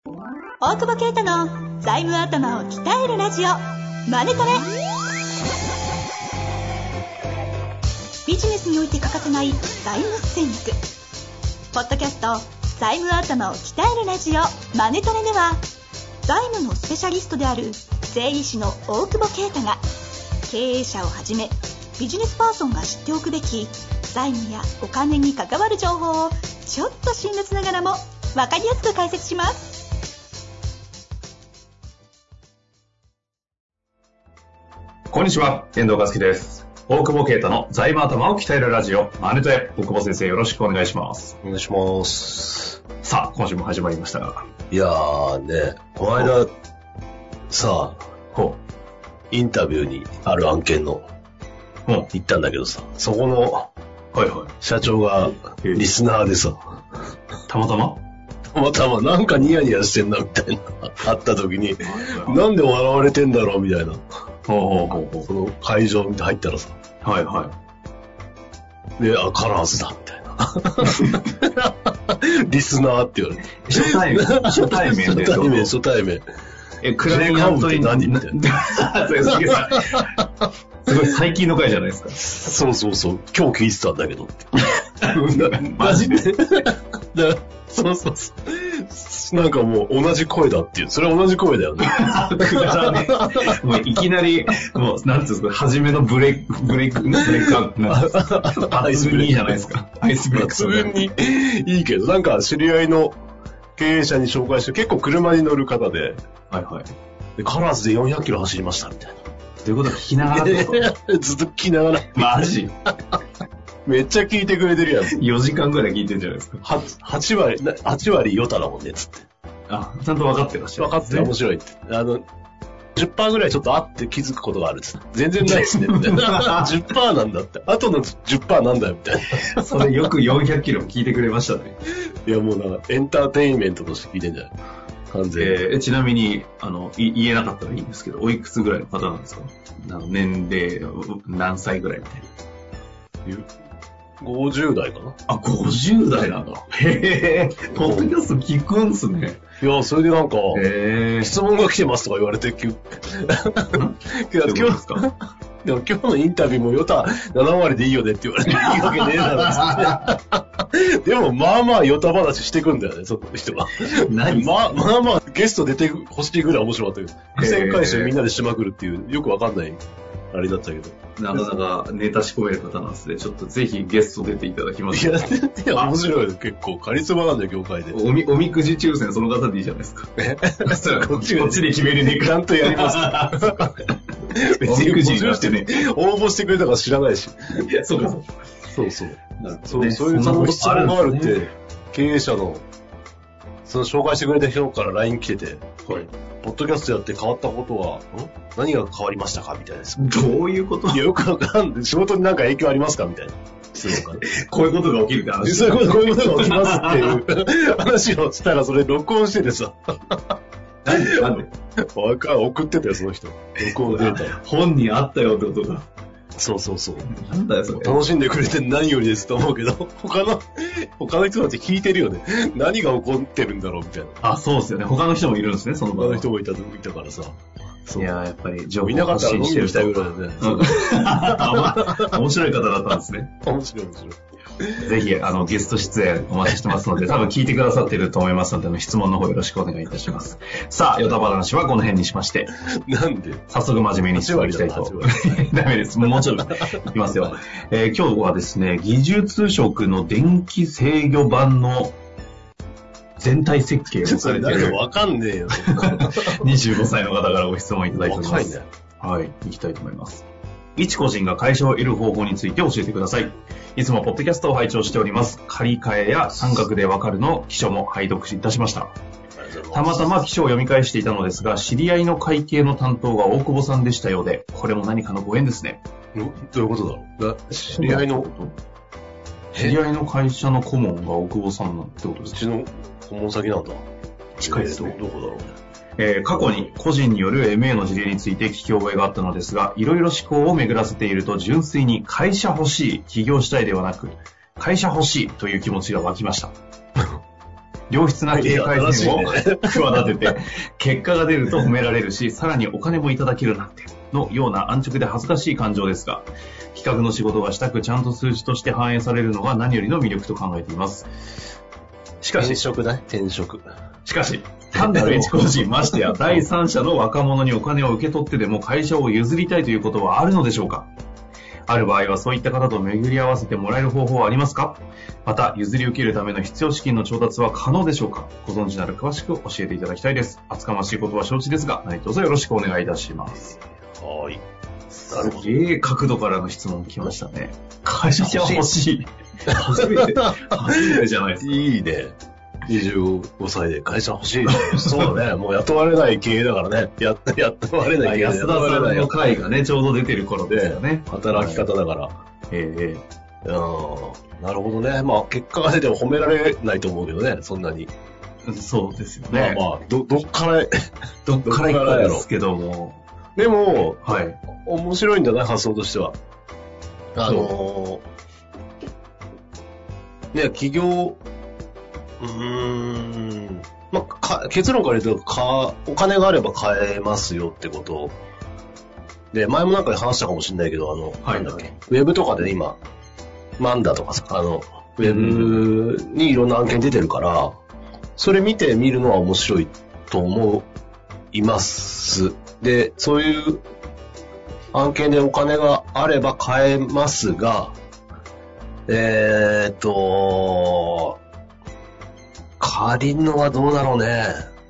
大久保啓太の財務頭を鍛えるラジオマネトレ。ビジネスにおいて欠かせない財務戦略。ポッドキャスト財務頭を鍛えるラジオマネトレでは、財務のスペシャリストである税理士の大久保啓太が、経営者をはじめビジネスパーソンが知っておくべき財務やお金に関わる情報をちょっと辛辣ながらも分かりやすく解説します。 こんにちは、遠藤和樹です。大久保啓太の財務頭を鍛えるラジオマネトレ。大久保先生、よろしくお願いします。 お願いします。 さあ、今週も始まりましたが、 いやーね、この間さあ、インタビューにある案件の行ったんだけどさ、そこの社長がリスナーでさ、 たまたまなんかニヤニヤしてんなみたいな会った時に、なんで笑われてんだろうみたいな、その会場に入ったらさ、で、カラーズだみたいなリスナーって言われて、 初対面で初対面クライアントに何みたいなすごい最近の回じゃないですか。 そう、今日聞いてたんだけどマジでそうなんかもう同じ声だっていう、それは同じ声だよねもういきなりもうなんていうんですか、初めのブレイクアウト抜群にいいじゃないですか。アイスブレイク抜群にいいけど、なんか知り合いの経営者に紹介して、結構車に乗る方で、でカラーズで400キロ走りましたみたいな。 ということは聞きながらってことずっと聞きながら。 マジめっちゃ聞いてくれてるやん。 4時間ぐらい聞いてるじゃないですか。 8割ヨタだもんね、つって。 あ、ちゃんと分かってらっしゃる。 分かって面白いって。10% ぐらいちょっとあって気づくことがあるっつって。全然ないっすね、みたいな。10% なんだって。あとの 10% なんだよ、みたいな。 それよく400キロ聞いてくれましたね。 いや、もうなんかエンターテインメントとして聞いてんじゃない完全に。 ちなみに、言えなかったらいいんですけど、おいくつぐらいの方なんですか？年齢、何歳ぐらいみたいな。 50代かな。 あ、50代なんだ。へぇー。ポッドキャスト聞くんすね。 いや、それでなんか、質問が来てますとか言われて、今日ですか？でも今日のインタビューもヨタ7割でいいよねって言われて、いいわけねえだろって。でも、まあまあヨタ話してくんだよね、その人は。まあゲスト出てほしいぐらい面白かったけど、伏線回収みんなでしまくるっていう、よくわかんないあれだったけど。 なかなかネタ仕込める方なんですね。ちょっとぜひゲスト出ていただきます。 いや、面白いよ、結構。カリスマなんだよ、業界で。 おみくじ抽選その方でいいじゃないですか。こっちで決めるね。 ちゃんとやります。別にくじしてね、応募してくれたから知らないし。 そうか。 そういう質問があるって、経営者の、その紹介してくれた人から LINE 来てて、ポッドキャストやって変わったことは、何が変わりましたかみたいな。 どういうこと？ いや、よくわかんない。仕事に何か影響ありますかみたいな。 こういうことが起きるって話。 こういうことが起きますっていう話をしたら、それ録音しててさ。 なんで送ってたよ、その人。録音データ。 本にあったよってことか。 そう。 なんだよ、それ。 楽しんでくれて何よりですと思うけど、他の人たち聞いてるよね。何が起こってるんだろうみたいな。 あ、そうですよね。他の人もいるんですね、その場他の人もいたからさ。 いや、やっぱり情報発信してる人。いなかったら飲みに行きたいぐらいだね。 面白い方だったんですね。 面白い。 ぜひ、ゲスト出演お待ちしてますので、多分聞いてくださっていると思いますので、質問の方よろしくお願いいたします。さあ、ヨタ話はこの辺にしまして。 なんで早速真面目に質問いきたいと。ダメです。もうちょっといきますよ。今日はですね、技術職の電気制御盤の全体設計をされている。 わかんねえよ。 25歳の方からご質問いただいております。 若いね。 はい、行きたいと思います。一個人が会社を得る方法について教えてください。いつもポッドキャストを拝聴しております。借り換えや三角でわかるの記書も拝読いたしました。たまたま記書を読み返していたのですが、知り合いの会計の担当が大久保さんでしたようで、これも何かのご縁ですね。 どういうことだろう。知り合いの会社の顧問が大久保さんなんてことですか？ うちの顧問先なんだ。 近いですね。 どこだろう。 過去に個人による MA の事例について聞き覚えがあったのですが、いろいろ思考を巡らせていると純粋に会社欲しい、起業したいではなく、会社欲しいという気持ちが湧きました。 良質な経営改善を企てて、結果が出ると褒められるし、さらにお金もいただけるなんて、のような安直で恥ずかしい感情ですが、企画の仕事がしたくちゃんと数字として反映されるのが何よりの魅力と考えています。しかし、 転職。 しかし、単なる一個人、ましてや第三者の若者にお金を受け取ってでも会社を譲りたいということはあるのでしょうか。ある場合はそういった方と巡り合わせてもらえる方法はありますか。また、譲り受けるための必要資金の調達は可能でしょうか。ご存知なら詳しく教えていただきたいです。厚かましいことは承知ですが、何卒よろしくお願いいたします。 はい。 なるほど。すげえ角度からの質問来ましたね。会社欲しい。初めてじゃないですか。 いいね。25歳で会社欲しい。そうだね。もう雇われない経営だからね。雇われない経営。 安田さんの会がね、ちょうど出てる頃ですよね。 働き方だから。なるほどね。まあ、結果が出ても褒められないと思うけどね、そんなに。 そうですよね。 まあ、どっから行ったんですけども。 でも、 はい。 面白いんじゃない発想としては。ね、企業、まあ、結論から言うと、お金があれば買えますよってこと。で、前もなんかで話したかもしれないけど、なんだっけ、ウェブとかで今、マンダとかさ、ウェブにいろんな案件出てるから、それ見てみるのは面白いと思います。で、そういう案件でお金があれば買えますが、借りるのはどうだろうね。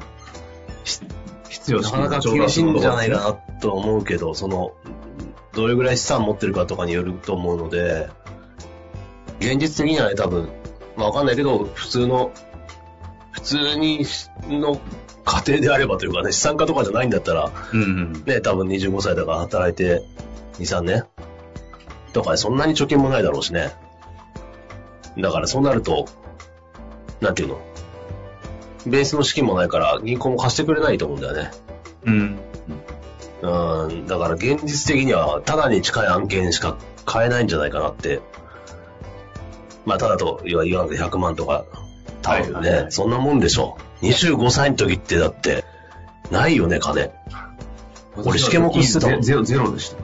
必要資金なかなか厳しいんじゃないかなと思うけど、どれぐらい資産持ってるかとかによると思うので、現実的にはね、多分、まあわかんないけど、普通の家庭であればというかね、資産家とかじゃないんだったら、ね、多分25歳だから働いて2、3年とかでそんなに貯金もないだろうしね。だからそうなると、なんていうの、ベースの資金もないから銀行も貸してくれないと思うんだよね。だから現実的にはただに近い案件しか買えないんじゃないかなって。まあただと言わなくて100万とか、多分ね、そんなもんでしょ。25歳の時ってだって、ないよね、金。俺試験もしてたもん。 ゼロでした。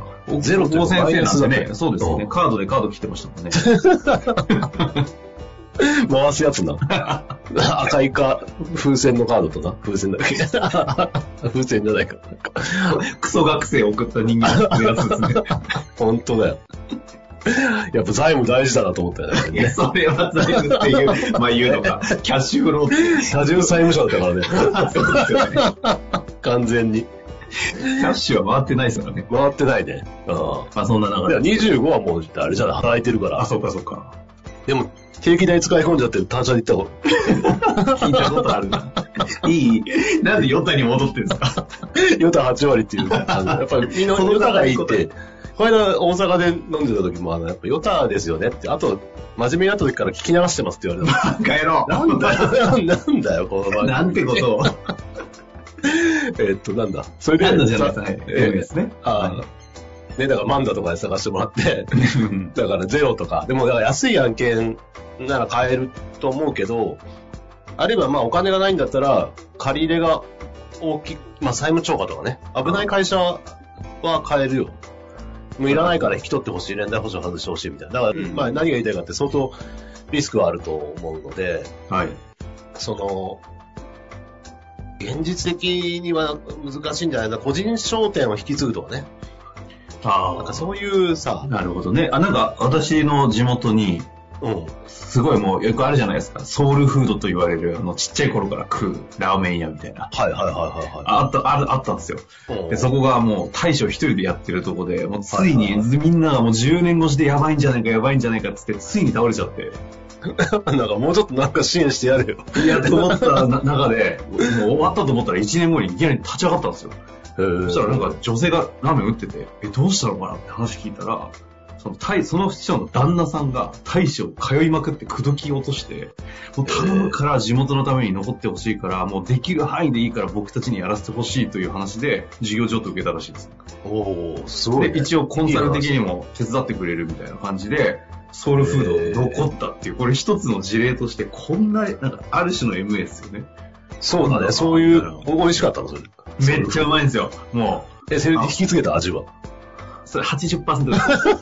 ゼロって先生なんでね。そうですね。カード切ってましたもんね。 回すやつな。赤い風船のカードとか風船だっけ風船じゃないか。 クソ学生送った人間のやつですね。 本当だよ。やっぱ財務大事だなと思ったよね。 いや、それは財務っていう、まあ言うのか。キャッシュフローって。 多重債務者だったからね。 そうですよね。 完全に。 キャッシュは回ってないですからね。 回ってないね。 まあそんな中で。 25はもうあれじゃない、働いてるから。 あ、そうかそうか。 でも、定期代使い込んじゃって単車で行った方聞いたことあるな。いい。なんでヨタに戻ってるんですか。 ヨタ8割っていう。やっぱりみんなヨタがいいって。この間大阪で飲んでた時もやっぱヨタですよねって。あと、真面目になった時から聞き流してますって言われた。 帰ろう。 なんだよ、この番組。 なんてことを。 なんだ。それで。 なんだじゃないですね。 ね、だからマンダとかで探してもらって、だからゼロとか、でもだから安い案件なら買えると思うけど、あるいはまあお金がないんだったら、借り入れが大きい、まあ債務超過とかね、危ない会社は買えるよ。もういらないから引き取ってほしい、連帯保証外してほしいみたいな。だから、まあ何が言いたいかって相当リスクはあると思うので、 はい。 現実的には難しいんじゃないかな。個人商店を引き継ぐとかね。なんかそういうさ。 なるほどね。なんか私の地元に、すごいもうよくあるじゃないですか。ソウルフードと言われる、ちっちゃい頃から食うラーメン屋みたいな。 はい。 あったんですよ。で、そこがもう大将一人でやってるとこで、もうついにみんながもう10年越しでやばいんじゃないかっつって、ついに倒れちゃって。 なんかもうちょっとなんか支援してやれよ。 いや、と思った中で、もう終わったと思ったら1年後にいきなり立ち上がったんですよ。そしたらなんか女性がラーメン売ってて、どうしたのかなって話聞いたら、その師匠の旦那さんが大将通いまくって口説き落として、もう頼むから地元のために残ってほしいから、もうできる範囲でいいから僕たちにやらせてほしいという話で、事業譲渡受けたらしいです。 すごい、ね。 で、一応コンサル的にも手伝ってくれるみたいな感じで、 ソウルフード残ったっていう、これ一つの事例として、こんな、なんかある種の MA ですよね。 そうだね、そういう、美味しかったのそれ。 めっちゃうまいんですよ、もう。それで引き継げた味はそれ 80% です。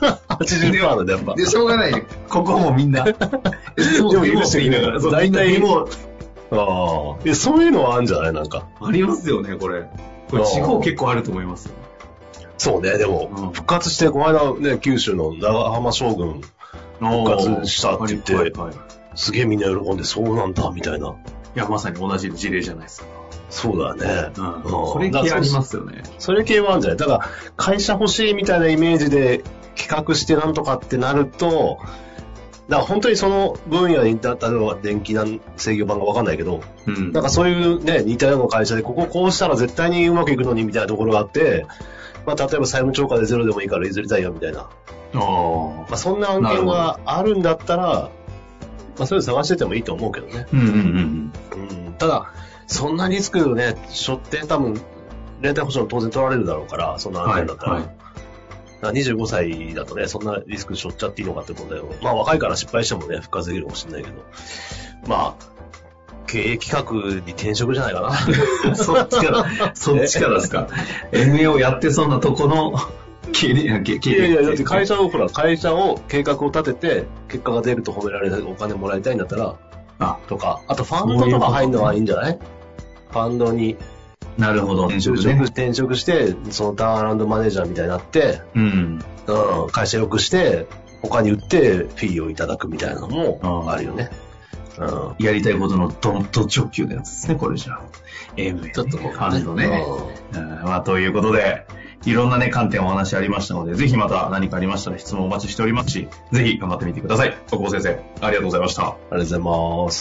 80% なんだ、やっぱ。 で、しょうがない。ここもみんな。でも許してくれる。大体も、そういうのはあるんじゃないなんか。 ありますよね、これ。これ地方結構あると思います。 そうね、でも、復活して、この間ね、九州の長浜将軍、復活したって言って、すげえみんな喜んで、そうなんだ、みたいな。 いや、まさに同じ事例じゃないですか。 そうだね。 それ系ありますよね。 それ系はあるんじゃないだから、会社欲しいみたいなイメージで企画してなんとかってなると、だから本当にその分野に、例えば電気制御盤がわかんないけど、なんかそういうね、似たような会社で、こここうしたら絶対にうまくいくのにみたいなところがあって、まあ、例えば債務超過でゼロでもいいから譲りたいよみたいな。まあ、そんな案件があるんだったら、まあ、それを探しててもいいと思うけどね。ただ、そんなリスクをね、背負って多分、連帯保証当然取られるだろうから、そんな案件だったら。25歳だとね、そんなリスク背負っちゃっていいのかってことだよ。まあ若いから失敗してもね、復活できるかもしれないけど。まあ、経営企画に転職じゃないかな。 そっちからですか。MA をやってそうなとこの経営。いやいや、だって会社を計画を立てて、結果が出ると褒められるお金もらいたいんだったら、とか、あとファンドとか入るのはいいんじゃない？ファンドに。 なるほど。 転職して、そのターンアラウンドマネージャーみたいになって、会社良くして、他に売ってフィーをいただくみたいなのもあるよね。 やりたいことのド直球のやつですね、これじゃあ。MA、 ちょっとファンドね。まあ、ということで、いろんなね、観点お話ありましたので、ぜひまた何かありましたら質問お待ちしておりますし、ぜひ頑張ってみてください。小久保先生、ありがとうございました。 ありがとうございます。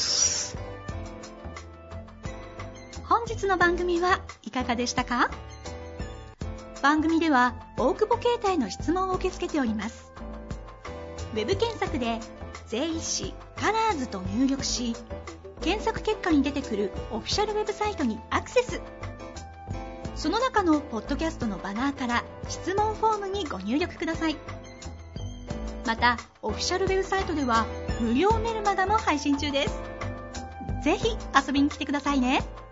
本日の番組はいかがでしたか？番組では大久保携帯の質問を受け付けております。ウェブ検索で税理士カラーズと入力し、検索結果に出てくるオフィシャルウェブサイトにアクセス。その中のポッドキャストのバナーから質問フォームにご入力ください。またオフィシャルウェブサイトでは無料メルマガも配信中です。ぜひ遊びに来てくださいね。